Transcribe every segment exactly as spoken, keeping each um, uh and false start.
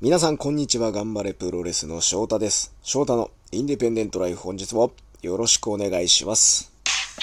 皆さんこんにちは。頑張れプロレスの翔太です。翔太のインディペンデントライフ、本日もよろしくお願いします。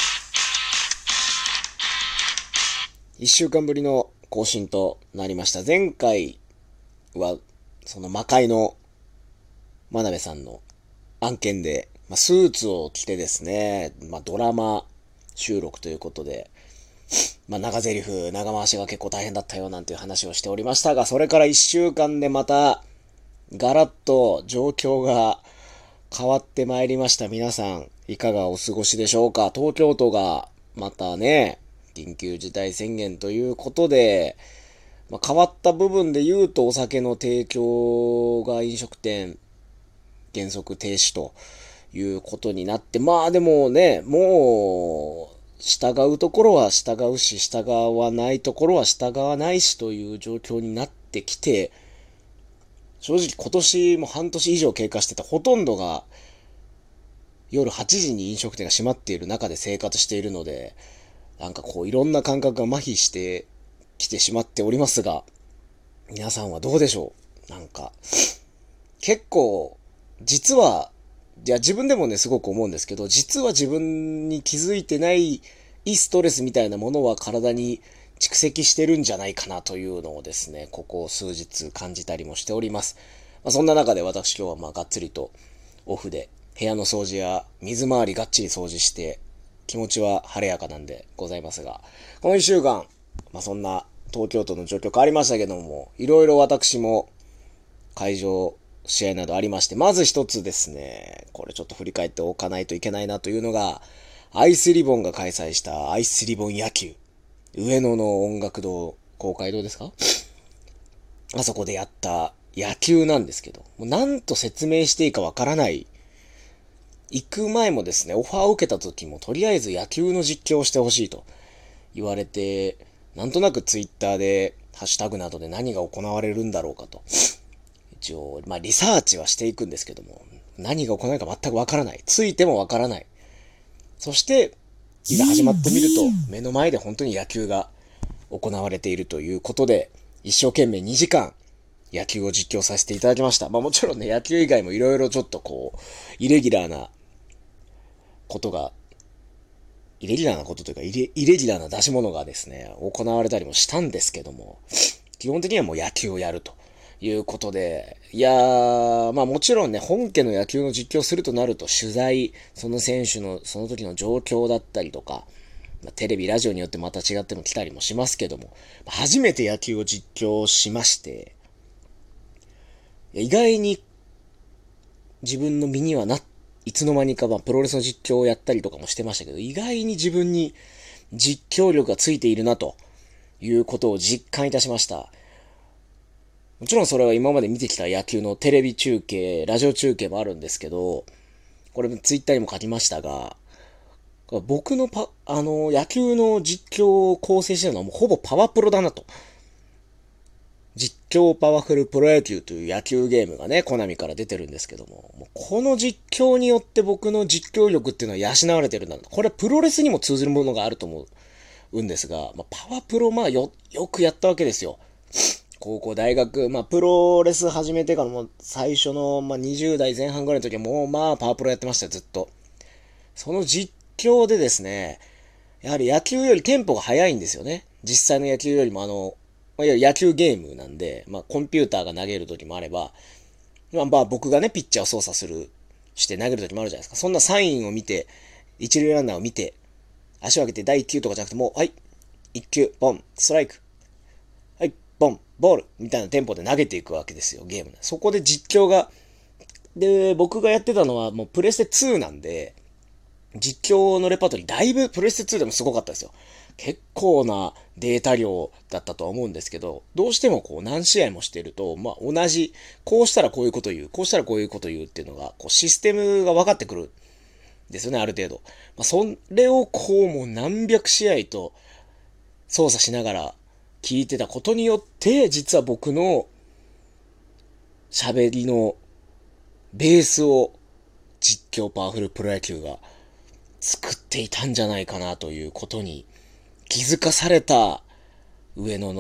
一週間ぶりの更新となりました。前回はその魔界の真鍋さんの案件で、まあ、スーツを着てですね、まあ、ドラマ収録ということで、まあ、長台詞、長回しが結構大変だったよなんていう話をしておりましたが、それから一週間でまた、ガラッと状況が変わってまいりました。皆さん、いかがお過ごしでしょうか。東京都がまたね、緊急事態宣言ということで、まあ、変わった部分で言うとお酒の提供が飲食店原則停止ということになって、まあでもね、もう、従うところは従うし、従わないところは従わないしという状況になってきて、正直今年も半年以上経過してて、ほとんどが夜はちじに飲食店が閉まっている中で生活しているので、なんかこういろんな感覚が麻痺してきてしまっておりますが、皆さんはどうでしょう。なんか、結構、実は、いや自分でもねすごく思うんですけど、実は自分に気づいてないストレスみたいなものは体に蓄積してるんじゃないかなというのをですね、ここ数日感じたりもしております。まあ、そんな中で私今日はまあがっつりとオフで部屋の掃除や水回りがっちり掃除して気持ちは晴れやかなんでございますが、この一週間、まあそんな東京都の状況変わりましたけども、いろいろ私も会場、試合などありまして、まず一つですね、これちょっと振り返っておかないといけないなというのが、アイスリボンが開催したアイスリボン野球。上野の音楽堂、公会堂ですか？あそこでやった野球なんですけど、もうなんと説明していいかわからない。行く前もですね、オファーを受けた時もとりあえず野球の実況をしてほしいと言われて、なんとなくツイッターで、ハッシュタグなどで何が行われるんだろうかと。一応、まあ、リサーチはしていくんですけども、何が行われるか全くわからない。ついてもわからない。そして、いざ始まってみると、目の前で本当に野球が行われているということで、一生懸命にじかん野球を実況させていただきました。まあもちろんね、野球以外もいろいろちょっとこう、イレギュラーなことが、イレギュラーなことというか、イレイレギュラーな出し物がですね、行われたりもしたんですけども、基本的にはもう野球をやるということで、いやー、まあもちろんね、本家の野球の実況するとなると取材、その選手のその時の状況だったりとか、まあ、テレビ、ラジオによってまた違っても来たりもしますけども、初めて野球を実況しまして、意外に自分の身にはな、いつの間にかまあプロレスの実況をやったりとかもしてましたけど、意外に自分に実況力がついているなということを実感いたしました。もちろんそれは今まで見てきた野球のテレビ中継、ラジオ中継もあるんですけど、これツイッターにも書きましたが、僕のパ、あの、野球の実況を構成してるのはもうほぼパワプロだなと。実況パワフルプロ野球という野球ゲームがね、コナミから出てるんですけども、もうこの実況によって僕の実況力っていうのは養われてるんだ。これはプロレスにも通ずるものがあると思うんですが、まあ、パワプロまあよ、よくやったわけですよ。高校、大学、まあ、プロレス始めてからもう最初の、まあ、にじゅう代前半ぐらいの時はもう、まあ、パワプロやってましたよ、ずっと。その実況でですね、やはり野球よりテンポが速いんですよね。実際の野球よりもあの、まあ、いわゆる野球ゲームなんで、まあ、コンピューターが投げる時もあれば、まあ、まあ、僕がね、ピッチャーを操作する、して投げる時もあるじゃないですか。そんなサインを見て、一塁ランナーを見て、足を上げてだいいっ球とかじゃなくてもう、はい、いっ球、ボン、ストライク、はい、ボン、ボールみたいなテンポで投げていくわけですよ、ゲーム。そこで実況が、で、僕がやってたのはもうプレステツーなんで、実況のレパートリーだいぶプレステツーでもすごかったですよ。結構なデータ量だったとは思うんですけど、どうしてもこう何試合もしてると、まあ同じ、こうしたらこういうこと言う、こうしたらこういうこと言うっていうのが、こうシステムが分かってくるんですよね、ある程度。まあそれをこうもう何百試合と操作しながら聞いてたことによって、実は僕の喋りのベースを実況パワフルプロ野球が作っていたんじゃないかなということに気づかされた上野の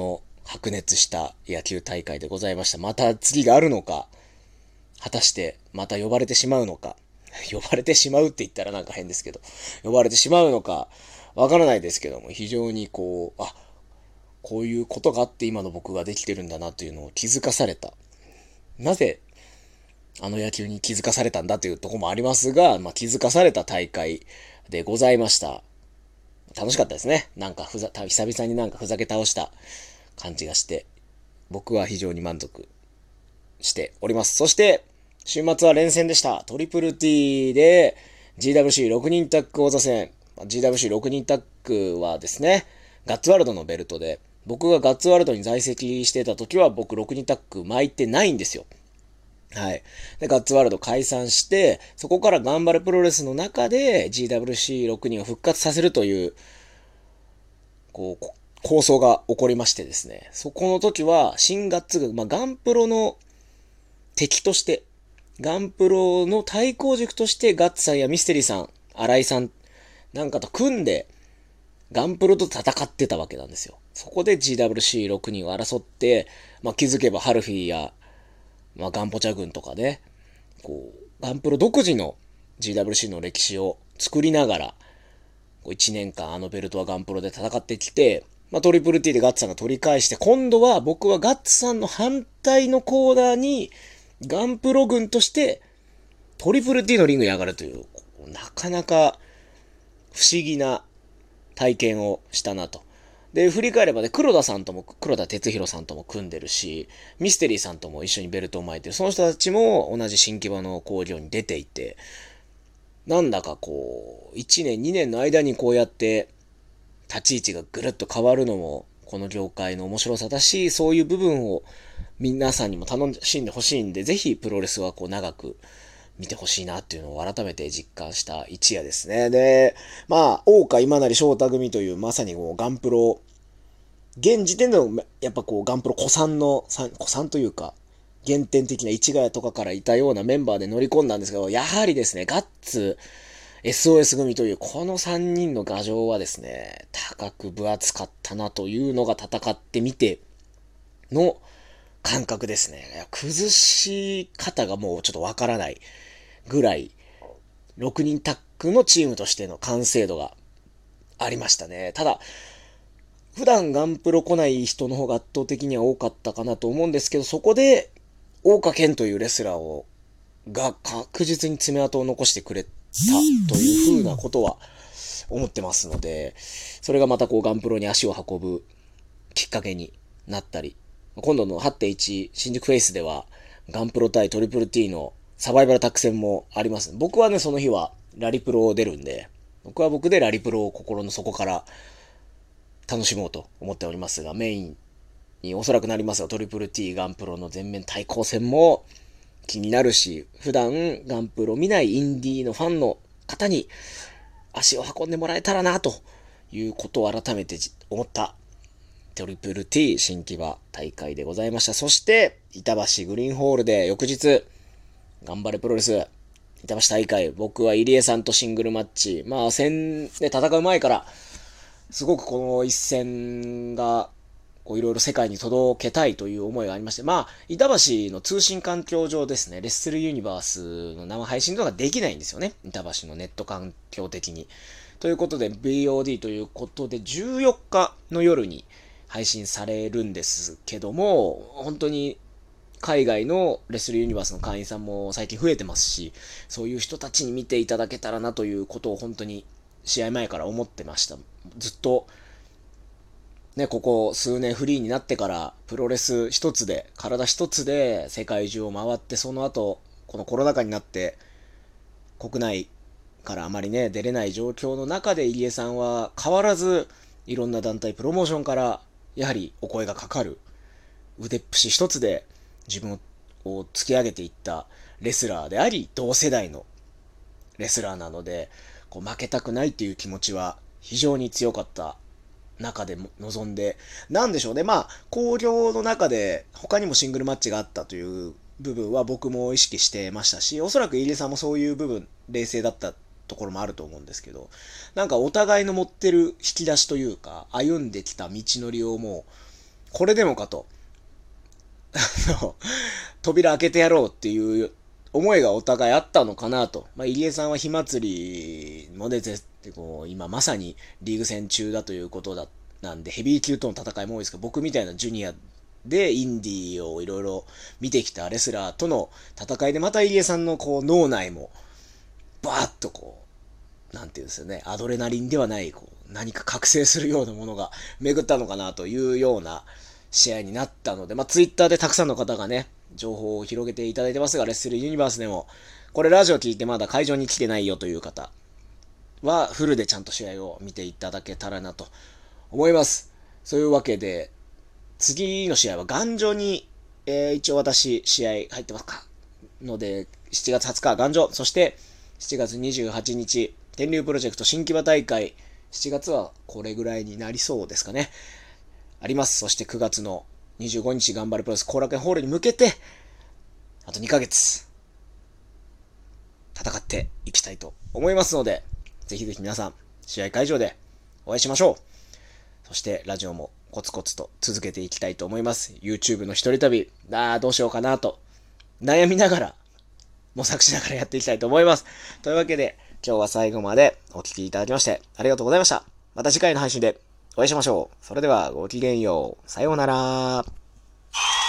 白熱した野球大会でございました。また次があるのか、果たしてまた呼ばれてしまうのか、呼ばれてしまうって言ったらなんか変ですけど、呼ばれてしまうのか、わからないですけども、非常にこう、あ、こういうことがあって今の僕ができてるんだなというのを気づかされた。なぜ、あの野球に気づかされたんだというところもありますが、まあ、気づかされた大会でございました。楽しかったですね。なんかふざ、久々になんかふざけ倒した感じがして、僕は非常に満足しております。そして、週末は連戦でした。トリプル T で ジーダブリューシーろく 人タッグ王座戦。ジーダブリューシーろく 人タッグはですね、ガッツワールドのベルトで、僕がガッツワールドに在籍してた時は僕ろく人タッグ巻いてないんですよ。はい。で、ガッツワールド解散して、そこから頑張れプロレスの中で ジーダブリューシーろく 人を復活させるという、こう、構想が起こりましてですね。そこの時は、新ガッツが、まあ、ガンプロの敵として、ガンプロの対抗軸としてガッツさんやミステリーさん、新井さんなんかと組んで、ガンプロと戦ってたわけなんですよ。そこで ジーダブリューシーろく 人を争って、まあ、気づけばハルフィーや、まあ、ガンポチャ軍とかね、こう、ガンプロ独自の ジーダブリューシー の歴史を作りながら、こういちねんかんあのベルトはガンプロで戦ってきて、まあ、トリプル T でガッツさんが取り返して、今度は僕はガッツさんの反対のコーナーに、ガンプロ軍として、トリプル T のリングに上がるという、なかなか不思議な体験をしたなと。で、振り返ればね、黒田さんとも、黒田哲弘さんとも組んでるし、ミステリーさんとも一緒にベルトを巻いてる。その人たちも同じ新木場の工業に出ていて、なんだかこう、いちねん、にねんの間にこうやって、立ち位置がぐるっと変わるのも、この業界の面白さだし、そういう部分を皆さんにも楽しんでほしいんで、ぜひプロレスはこう長く見てほしいなっていうのを改めて実感した一夜ですね。で、まあ、大岡今成翔太組というまさにこうガンプロ、現時点でのやっぱこうガンプロ古参の、古参というか、原点的な市ヶ谷とかからいたようなメンバーで乗り込んだんですけど、やはりですね、ガッツ、エスオーエス 組というこのさんにんの牙城はですね、高く分厚かったなというのが戦ってみての感覚ですね。崩し方がもうちょっとわからないぐらい、ろくにんタッグのチームとしての完成度がありましたね。ただ、普段ガンプロ来ない人の方が圧倒的には多かったかなと思うんですけど、そこで、大岡健というレスラーを、が確実に爪痕を残してくれたという風なことは思ってますので、それがまたこうガンプロに足を運ぶきっかけになったり、今度の はちてんいち 新宿フェイスでは、ガンプロ対トリプル T のサバイバルタッグ戦もあります。僕はね、その日はラリプロ出るんで、僕は僕でラリプロを心の底から楽しもうと思っておりますが、メインにおそらくなりますが、トリプル T ガンプロの全面対抗戦も気になるし、普段ガンプロ見ないインディーのファンの方に足を運んでもらえたらなということを改めて思ったトリプル T 新木場大会でございました。そして、板橋グリーンホールで翌日、頑張れプロレス、板橋大会、僕は入江さんとシングルマッチ、まあ戦で戦う前から、すごくこの一戦が、こういろいろ世界に届けたいという思いがありまして、まあ、板橋の通信環境上ですね、レッスルユニバースの生配信とかできないんですよね。板橋のネット環境的に。ということで、ブイオーディー ということで、じゅうよっかの夜に配信されるんですけども、本当に海外のレッスルユニバースの会員さんも最近増えてますし、そういう人たちに見ていただけたらなということを本当に試合前から思ってました。ずっと、ね、ここ数年フリーになってからプロレス一つで、体一つで世界中を回って、その後、このコロナ禍になって国内からあまりね、出れない状況の中で入江さんは変わらずいろんな団体プロモーションからやはりお声がかかる腕っぷし一つで自分を突き上げていったレスラーであり、同世代のレスラーなので、こう負けたくないっていう気持ちは非常に強かった中で臨んで、なんでしょうね。まあ、興行の中で他にもシングルマッチがあったという部分は僕も意識してましたし、おそらく入江さんもそういう部分、冷静だったところもあると思うんですけど、なんかお互いの持ってる引き出しというか、歩んできた道のりをもうこれでもかと。扉開けてやろうっていう思いがお互いあったのかなと。まあ、入江さんは火祭りも出て、こう、今まさにリーグ戦中だということだ、なんで、ヘビー級との戦いも多いですけど、僕みたいなジュニアでインディーをいろいろ見てきたレスラーとの戦いで、また入江さんのこう脳内も、バーッとこう、なんていうんですよね、アドレナリンではない、こう、何か覚醒するようなものが巡ったのかなというような試合になったので、まあ、ツイッターでたくさんの方がね、情報を広げていただいてますが、レッスルユニバースでも、これラジオ聞いてまだ会場に来てないよという方は、フルでちゃんと試合を見ていただけたらなと思います。そういうわけで、次の試合は頑丈に、えー、一応私、試合入ってますかので、しちがつはつか、頑丈。そして、しちがつにじゅうはちにち、天竜プロジェクト新木場大会、しちがつはこれぐらいになりそうですかね。あります。そしてくがつのにじゅうごにち頑張るプロレス後楽園ホールに向けて、あとにかげつ、戦っていきたいと思いますので、ぜひぜひ皆さん、試合会場でお会いしましょう。そしてラジオもコツコツと続けていきたいと思います。YouTube の一人旅、あーどうしようかなと悩みながら、模索しながらやっていきたいと思います。というわけで、今日は最後までお聞きいただきましてありがとうございました。また次回の配信でお会いしましょう。それではごきげんよう。さようなら。